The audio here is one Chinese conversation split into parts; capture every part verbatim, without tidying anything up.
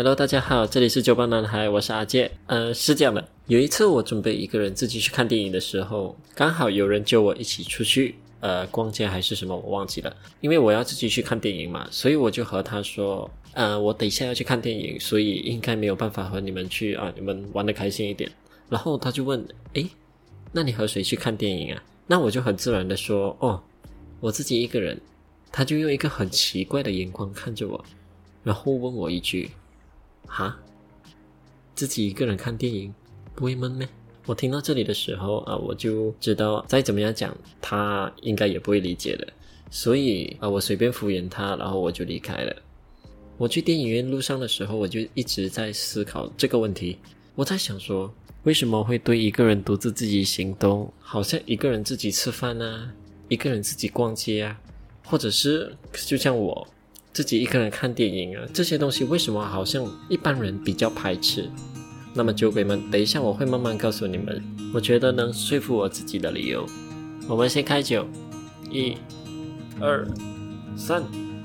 Hello， 大家好，这里是酒吧男孩，我是阿健。呃，是这样的，有一次我准备一个人自己去看电影的时候，刚好有人叫我一起出去，呃，逛街还是什么，我忘记了。因为我要自己去看电影嘛，所以我就和他说，呃，我等一下要去看电影，所以应该没有办法和你们去啊，你们玩得开心一点。然后他就问，诶，那你和谁去看电影啊？那我就很自然的说，哦，我自己一个人。他就用一个很奇怪的眼光看着我，然后问我一句，哈？自己一个人看电影不会闷咩？我听到这里的时候啊、呃，我就知道再怎么样讲他应该也不会理解的，所以啊、呃，我随便敷衍他，然后我就离开了。我去电影院路上的时候，我就一直在思考这个问题。我在想说，为什么会对一个人独自自己行动，好像一个人自己吃饭啊，一个人自己逛街啊，或者是就像我自己一个人看电影啊，这些东西为什么好像一般人比较排斥？那么酒鬼们，等一下我会慢慢告诉你们，我觉得能说服我自己的理由。我们先开酒，一、二、三。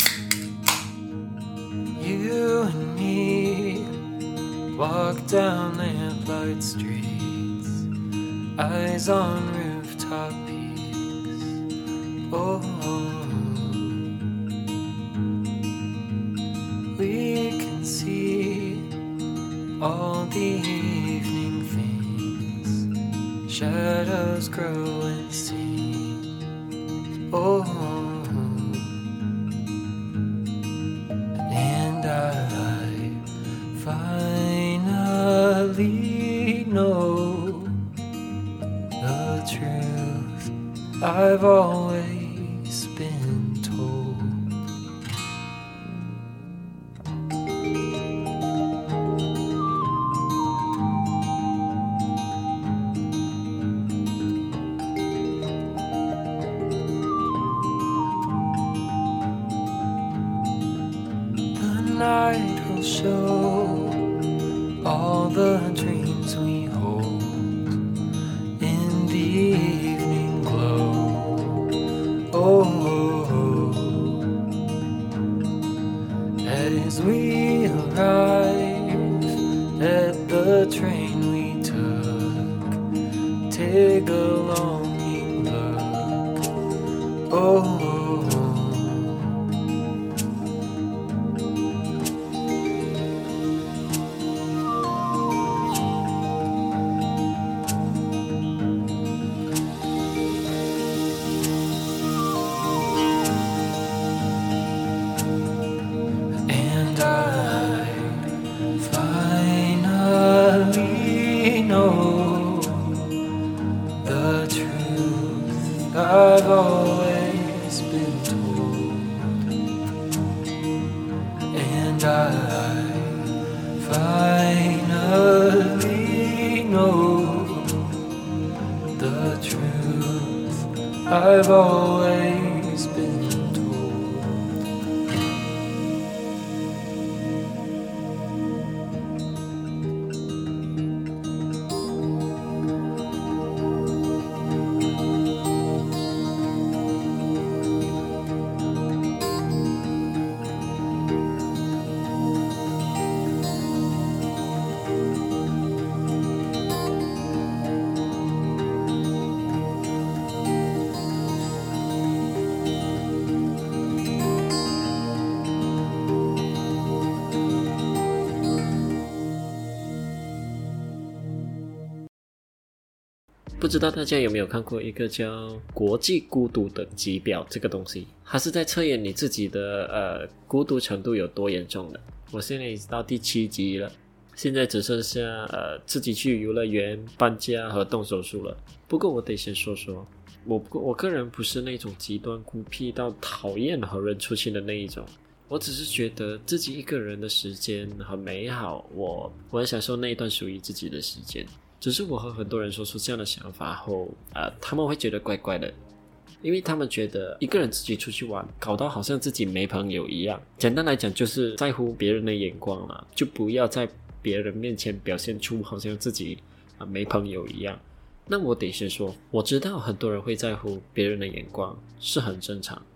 You and me walk down lamplight streets, eyes on rooftop peaks. Oh.We can see all the evening things, shadows grow and sing. Oh, and I finally know the truth I've always been told.Night will show all the dreams we hold in the evening glow. Oh, as we arrive at the train we took, take a longing look. Oh.I've always been told, and I finally know the truth I've always been told. 不知道大家有没有看过一个叫国际孤独等级表这个东西，它是在测验你自己的呃孤独程度有多严重的。我现在已经到第七集了，现在只剩下呃自己去游乐园、搬家和动手术了。不过我得先说说，我我个人不是那种极端孤僻到讨厌和人出现的那一种，我只是觉得自己一个人的时间很美好，我我很享受那一段属于自己的时间。只是我和很多人说出这样的想法后，呃，他们会觉得怪怪的，因为他们觉得一个人自己出去玩，搞到好像自己没朋友一样。简单来讲，就是在乎别人的眼光啦，就不要在别人面前表现出好像自己、呃、没朋友一样。那我得先说，我知道很多人会在乎别人的眼光，是很正常。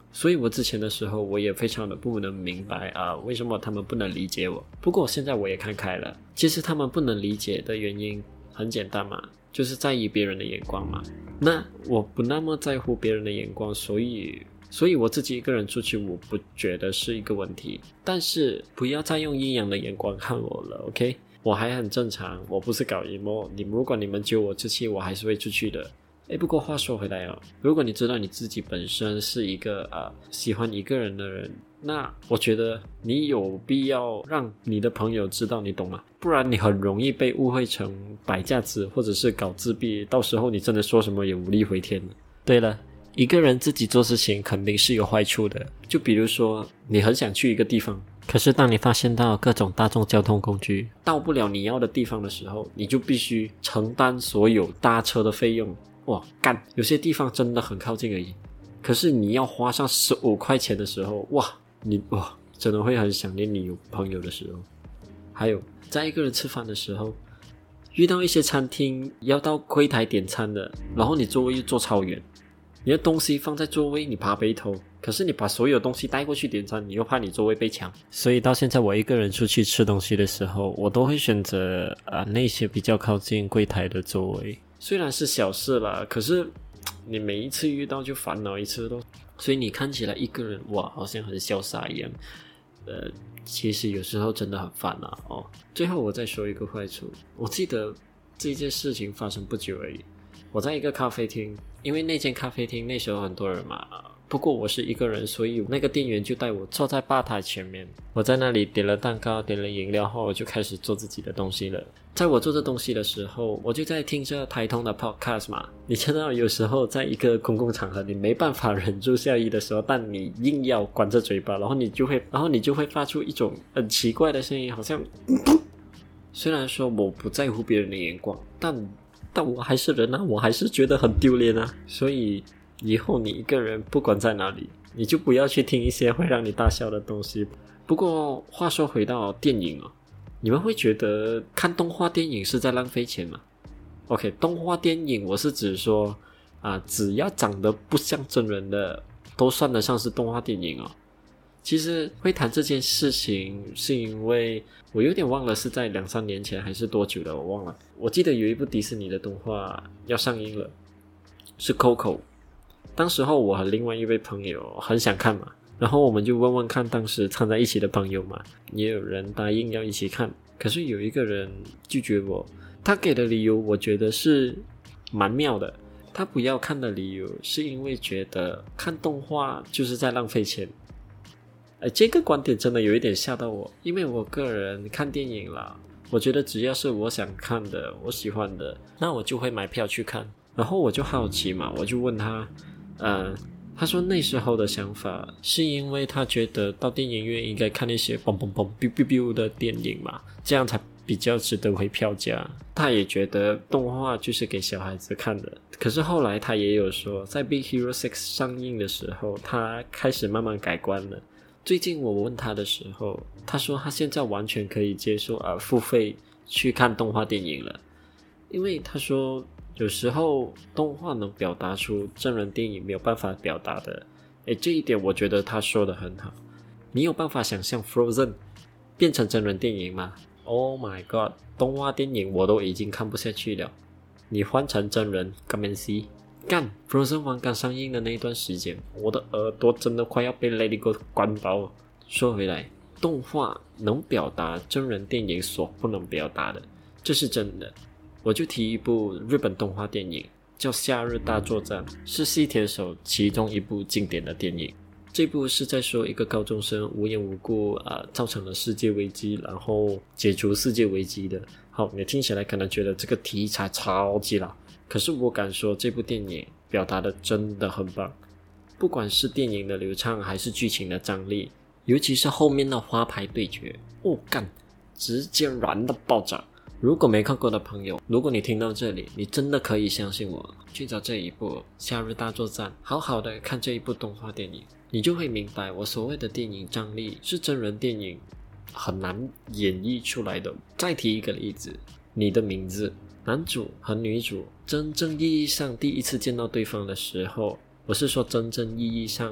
所以我之前的时候我也非常的不能明白啊、呃，为什么他们不能理解我。不过现在我也看开了，其实他们不能理解的原因很简单嘛，就是在意别人的眼光嘛。那我不那么在乎别人的眼光，所以所以我自己一个人出去我不觉得是一个问题。但是不要再用异样的眼光看我了 OK， 我还很正常，我不是搞 emo， 你如果你们揪我出去我还是会出去的。诶，不过话说回来哦，如果你知道你自己本身是一个呃喜欢一个人的人，那我觉得你有必要让你的朋友知道，你懂吗？不然你很容易被误会成摆架子，或者是搞自闭，到时候你真的说什么也无力回天了。对了，一个人自己做事情肯定是有坏处的，就比如说你很想去一个地方，可是当你发现到各种大众交通工具到不了你要的地方的时候，你就必须承担所有搭车的费用。哇干，有些地方真的很靠近而已，可是你要花上十五块钱的时候，哇你哇真的会很想念你有朋友的时候。还有在一个人吃饭的时候，遇到一些餐厅要到柜台点餐的，然后你座位又坐超远，你的东西放在座位你怕被偷，可是你把所有东西带过去点餐，你又怕你座位被抢。所以到现在我一个人出去吃东西的时候，我都会选择啊那些比较靠近柜台的座位。虽然是小事啦，可是你每一次遇到就烦恼一次咯。所以你看起来一个人哇好像很潇洒一样，呃其实有时候真的很烦啊哦。最后我再说一个坏处，我记得这件事情发生不久而已。我在一个咖啡厅，因为那间咖啡厅那时候很多人嘛，不过我是一个人，所以那个店员就带我坐在吧台前面。我在那里点了蛋糕，点了饮料后，我就开始做自己的东西了。在我做这东西的时候，我就在听着台通的 podcast 嘛。你知道有时候在一个公共场合你没办法忍住笑意的时候，但你硬要关着嘴巴，然后你就会然后你就会发出一种很奇怪的声音，好像虽然说我不在乎别人的眼光，但但我还是人啊，我还是觉得很丢脸啊。所以以后你一个人不管在哪里，你就不要去听一些会让你大笑的东西。不过话说回到电影哦，你们会觉得看动画电影是在浪费钱吗？ OK， 动画电影我是指说啊，只要长得不像真人的都算得上是动画电影哦。其实会谈这件事情是因为我有点忘了是在两三年前还是多久了，我忘了。我记得有一部迪士尼的动画要上映了，是 Coco。 当时候我和另外一位朋友很想看嘛，然后我们就问问看当时掺在一起的朋友嘛，也有人答应要一起看，可是有一个人拒绝我。他给的理由我觉得是蛮妙的，他不要看的理由是因为觉得看动画就是在浪费钱。哎，这个观点真的有一点吓到我，因为我个人看电影啦，我觉得只要是我想看的我喜欢的，那我就会买票去看。然后我就好奇嘛，我就问他呃，他说那时候的想法是因为他觉得到电影院应该看那些嘣嘣嘣 biu biu biu 的电影嘛，这样才比较值得回票价。他也觉得动画就是给小孩子看的。可是后来他也有说，在 Big Hero 六上映的时候他开始慢慢改观了。最近我问他的时候，他说他现在完全可以接受呃付费去看动画电影了，因为他说有时候动画能表达出真人电影没有办法表达的。诶，这一点我觉得他说得很好。你有办法想象 Frozen 变成真人电影吗？ Oh my god， 动画电影我都已经看不下去了，你换成真人干咩事？干 Frozen 一刚上映的那一段时间，我的耳朵真的快要被 Let It Go 关爆了。说回来，动画能表达真人电影所不能表达的，这是真的。我就提一部日本动画电影叫《夏日大作战》，是细田守其中一部经典的电影。这部是在说一个高中生无缘无故呃造成了世界危机，然后解除世界危机的。好，你听起来可能觉得这个题材超级老，可是我敢说这部电影表达的真的很棒。不管是电影的流畅还是剧情的张力，尤其是后面的花牌对决，哦干，直接燃到爆炸。如果没看过的朋友，如果你听到这里，你真的可以相信我，去找这一部《夏日大作战》，好好的看这一部动画电影，你就会明白我所谓的电影张力是真人电影很难演绎出来的。再提一个例子，你的名字，男主和女主真正意义上第一次见到对方的时候，我是说真正意义上哦，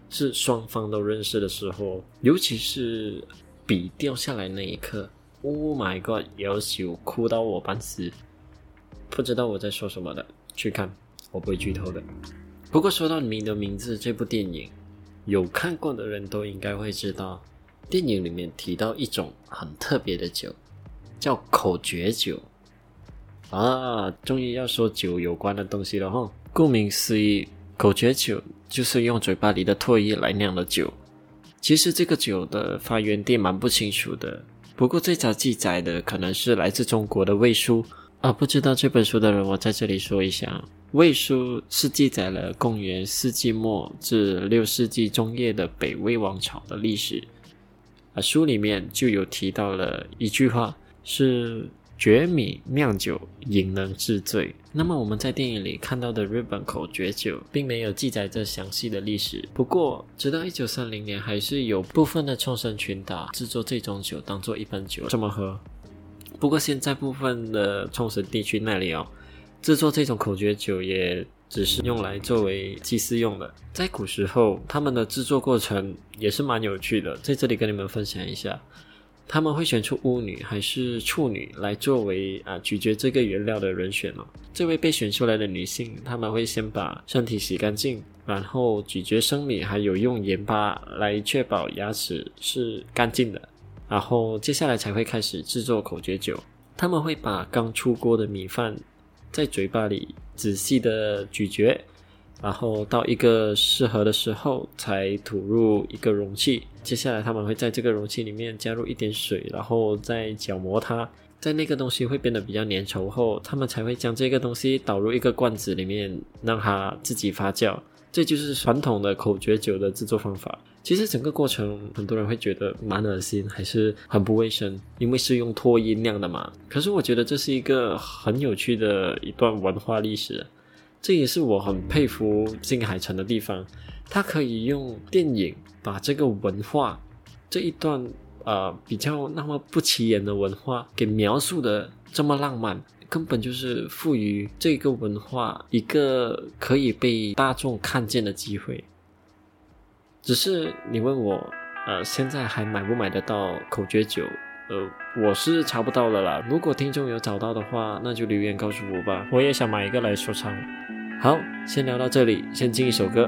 是双方都认识的时候，尤其是笔掉下来那一刻 ，Oh my god， 要求哭到我半死。不知道我在说什么的，去看，我不会剧透的。不过说到你的名字这部电影，有看过的人都应该会知道，电影里面提到一种很特别的酒，叫口诀酒。啊，终于要说酒有关的东西了齁。顾名思义，口诀酒就是用嘴巴里的唾液来酿的酒。其实这个酒的发源地蛮不清楚的，不过最早记载的可能是来自中国的魏书。啊，不知道这本书的人，我在这里说一下，魏书是记载了公元四纪末至六世纪中叶的北魏王朝的历史。啊，书里面就有提到了一句话，是绝米酿酒，饮能治罪。那么我们在电影里看到的日本口诀酒并没有记载这详细的历史，不过直到一九三零年还是有部分的冲绳群岛制作这种酒当做一般酒这么喝。不过现在部分的冲绳地区那里哦，制作这种口诀酒也只是用来作为祭祀用的。在古时候他们的制作过程也是蛮有趣的，在这里跟你们分享一下。他们会选出巫女还是处女来作为啊咀嚼这个原料的人选哦。这位被选出来的女性，他们会先把身体洗干净，然后咀嚼生米，还有用盐巴来确保牙齿是干净的，然后接下来才会开始制作口诀酒。他们会把刚出锅的米饭在嘴巴里仔细的咀嚼，然后到一个适合的时候才吐入一个容器。接下来他们会在这个容器里面加入一点水，然后再搅磨它，在那个东西会变得比较粘稠后，他们才会将这个东西倒入一个罐子里面，让它自己发酵。这就是传统的口诀酒的制作方法。其实整个过程很多人会觉得蛮恶心，还是很不卫生，因为是用唾液酿的嘛。可是我觉得这是一个很有趣的一段文化历史，这也是我很佩服新海诚的地方，他可以用电影把这个文化这一段呃比较那么不起眼的文化给描述的这么浪漫，根本就是赋予这个文化一个可以被大众看见的机会。只是你问我呃现在还买不买得到口诀酒，呃我是查不到了啦，如果听众有找到的话，那就留言告诉我吧，我也想买一个来收藏。好，先聊到这里，先进一首歌。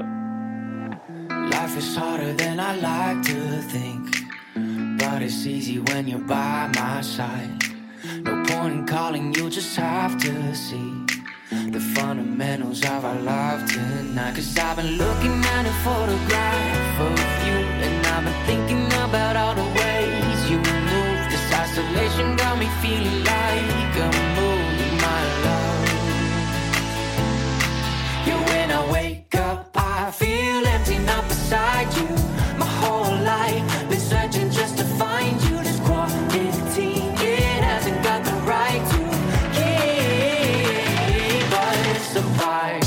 Life is harder than I like to think, but it's easy when you're by my side. No point in calling, you just have to see the fundamentals of our life tonight. Cause I've been looking at a photograph of you, and I've been thinking about all the ways you move. This isolation got me feeling like a moon, my love. Yeah, when I wake up, I feel empty, not beside you. My whole life been searching just to find you. This quarantine, it hasn't got the right to keep us apart.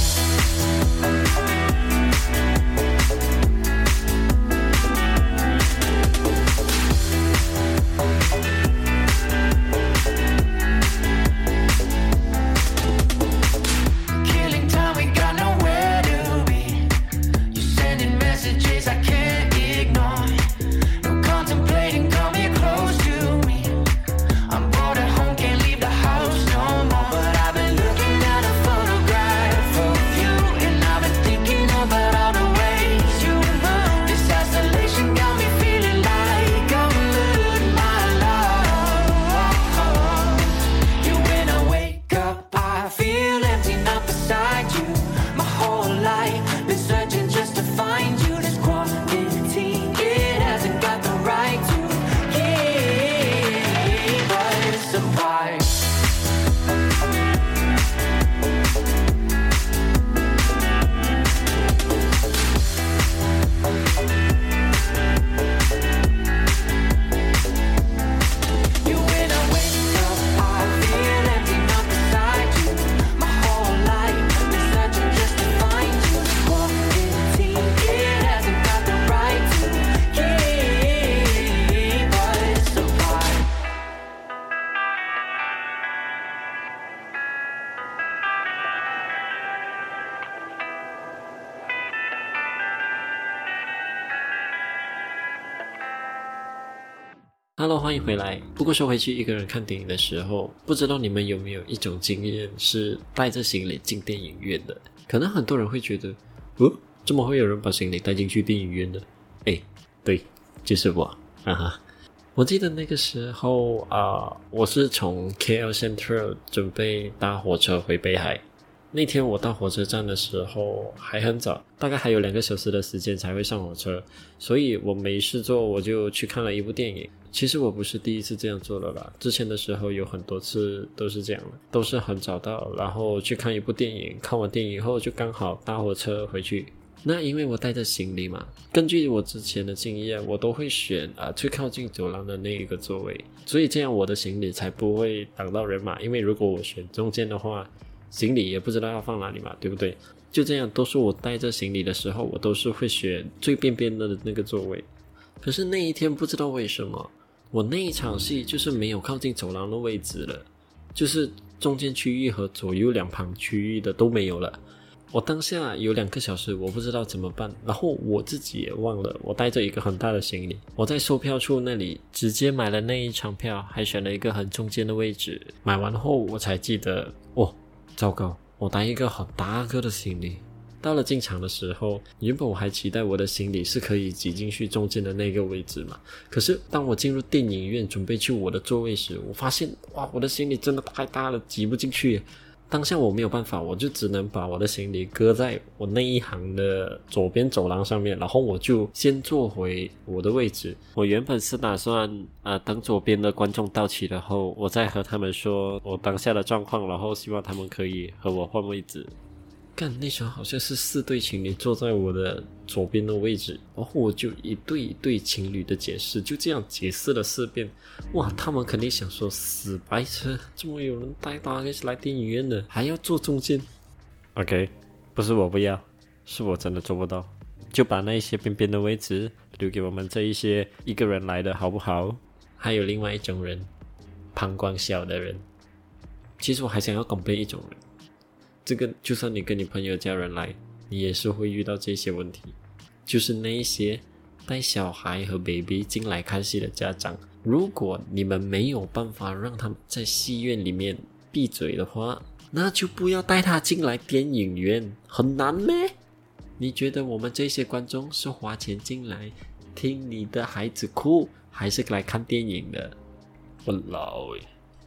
Hello， 欢迎回来。不过说回去，一个人看电影的时候，不知道你们有没有一种经验是带着行李进电影院的？可能很多人会觉得，哦，怎么会有人把行李带进去电影院呢？诶，对，就是我，哈哈。我记得那个时候啊、呃，我是从 K L Central 准备搭火车回北海。那天我到火车站的时候还很早，大概还有两个小时的时间才会上火车，所以我没事做，我就去看了一部电影。其实我不是第一次这样做了啦，之前的时候有很多次都是这样的，都是很早到，然后去看一部电影，看完电影后就刚好搭火车回去。那因为我带着行李嘛，根据我之前的经验，我都会选啊、呃、最靠近走廊的那一个座位，所以这样我的行李才不会挡到人嘛。因为如果我选中间的话，行李也不知道要放哪里嘛，对不对？就这样，都是我带着行李的时候，我都是会选最边边的那个座位。可是那一天不知道为什么，我那一场戏就是没有靠近走廊的位置了，就是中间区域和左右两旁区域的都没有了。我当下有两个小时，我不知道怎么办，然后我自己也忘了，我带着一个很大的行李，我在售票处那里直接买了那一场票，还选了一个很中间的位置。买完后我才记得，哦，糟糕，我带一个很大个的行李。到了进场的时候，原本我还期待我的行李是可以挤进去中间的那个位置嘛，可是当我进入电影院准备去我的座位时，我发现哇，我的行李真的太大了，挤不进去。当下我没有办法，我就只能把我的行李搁在我那一行的左边走廊上面，然后我就先坐回我的位置。我原本是打算呃等左边的观众到齐了后，我再和他们说我当下的状况，然后希望他们可以和我换位置。干，那时候好像是四对情侣坐在我的左边的位置，然后我就一对一对情侣的解释，就这样解释了四遍。哇，他们肯定想说死白痴，怎么有人带大个来电影院的，还要坐中间。 OK， 不是我不要，是我真的做不到，就把那一些边边的位置留给我们这一些一个人来的好不好？还有另外一种人，膀胱小的人。其实我还想要攻击一种人，这个就算你跟你朋友家人来，你也是会遇到这些问题，就是那一些带小孩和 baby 进来看戏的家长，如果你们没有办法让他们在戏院里面闭嘴的话，那就不要带他进来电影院，很难咩？你觉得我们这些观众是花钱进来听你的孩子哭，还是来看电影的？我老诶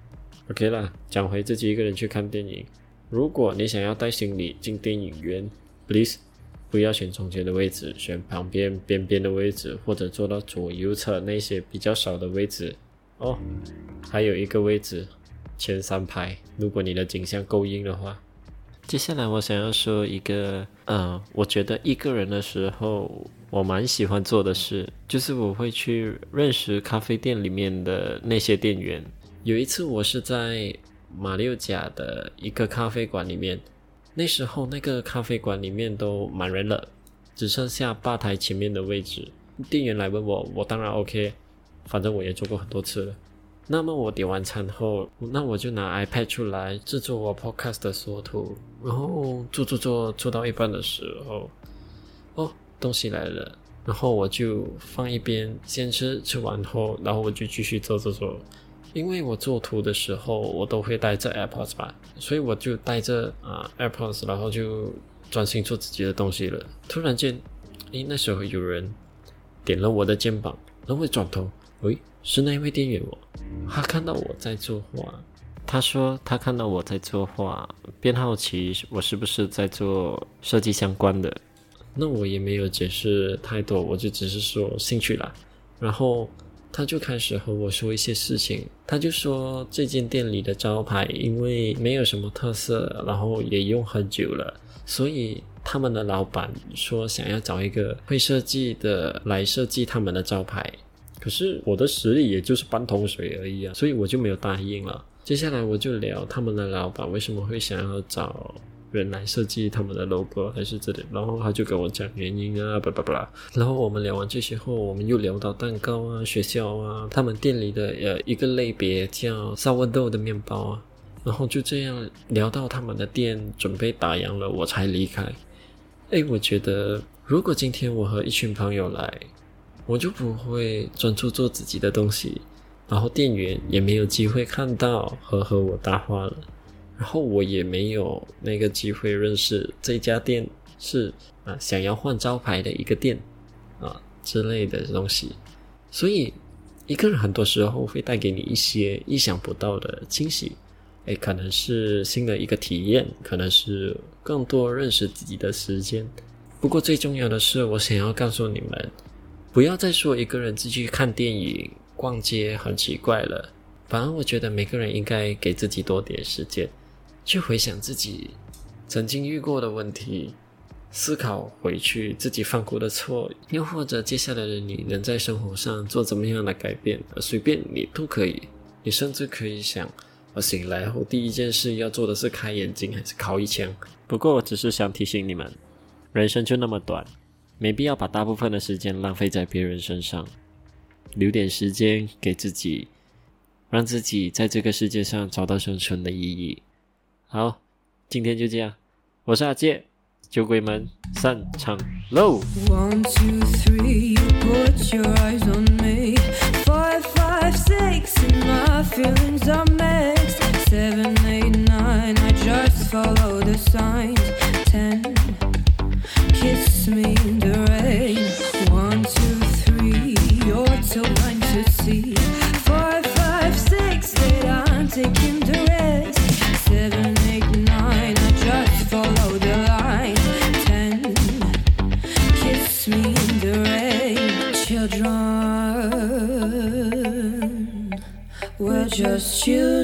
OK 啦，讲回自己一个人去看电影，如果你想要带行李进电影院 please 不要选中间的位置，选旁边边边的位置，或者坐到左右侧那些比较少的位置哦。还有一个位置前三排，如果你的景象够硬的话。接下来我想要说一个呃，我觉得一个人的时候我蛮喜欢做的事，就是我会去认识咖啡店里面的那些店员。有一次我是在马六甲的一个咖啡馆里面，那时候那个咖啡馆里面都满人了，只剩下吧台前面的位置。店员来问我，我当然 OK， 反正我也做过很多次了。那么我点完餐后，那我就拿 iPad 出来制作我 podcast 的缩图，然后做做做做到一半的时候，哦，东西来了，然后我就放一边先吃，吃完后，然后我就继续做做做。因为我做图的时候我都会带着 AirPods 吧，所以我就带着、呃、AirPods， 然后就专心做自己的东西了。突然间诶，那时候有人点了我的肩膀，然后我转头，诶，是那位店员哦，他看到我在作画，他说他看到我在作画，便好奇我是不是在做设计相关的。那我也没有解释太多，我就只是说兴趣啦。然后他就开始和我说一些事情，他就说这间店里的招牌因为没有什么特色，然后也用很久了，所以他们的老板说想要找一个会设计的来设计他们的招牌。可是我的实力也就是半桶水而已啊，所以我就没有答应了。接下来我就聊他们的老板为什么会想要找人来设计他们的 logo 还是这里，然后他就跟我讲原因啊，巴拉巴拉。然后我们聊完这些后，我们又聊到蛋糕啊、学校啊，他们店里的呃一个类别叫 sourdough 的面包啊，然后就这样聊到他们的店准备打烊了，我才离开。诶，我觉得如果今天我和一群朋友来，我就不会专注做自己的东西， 然后店员也没有机会看到和和我搭话了，然后我也没有那个机会认识这家店是啊想要换招牌的一个店啊之类的东西。所以一个人很多时候会带给你一些意想不到的惊喜，诶，可能是新的一个体验，可能是更多认识自己的时间。不过最重要的是，我想要告诉你们，不要再说一个人自己去看电影逛街很奇怪了，反而我觉得每个人应该给自己多点时间去回想自己曾经遇过的问题，思考回去自己犯过的错，又或者接下来的你能在生活上做怎么样的改变，随便你都可以。你甚至可以想，我醒来后第一件事要做的是开眼睛还是敲一枪。不过我只是想提醒你们，人生就那么短，没必要把大部分的时间浪费在别人身上，留点时间给自己，让自己在这个世界上找到生存的意义。好，今天就这样，我是阿介，酒鬼们散场喽。 One, two, three, put your eyes on me. Five, five, six, and my feelings are mixed. Seven, eight, nine, I just follow the signs. Ten, kiss me in the rain. One, two, three, you're too blind to see. Five, five, six, eight, I'm taking the risk. Seven, eight, nine, I just follow the line. Ten, kiss me in the rain. Children, we're just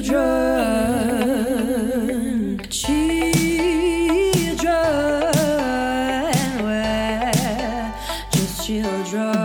children. Children, we're just children.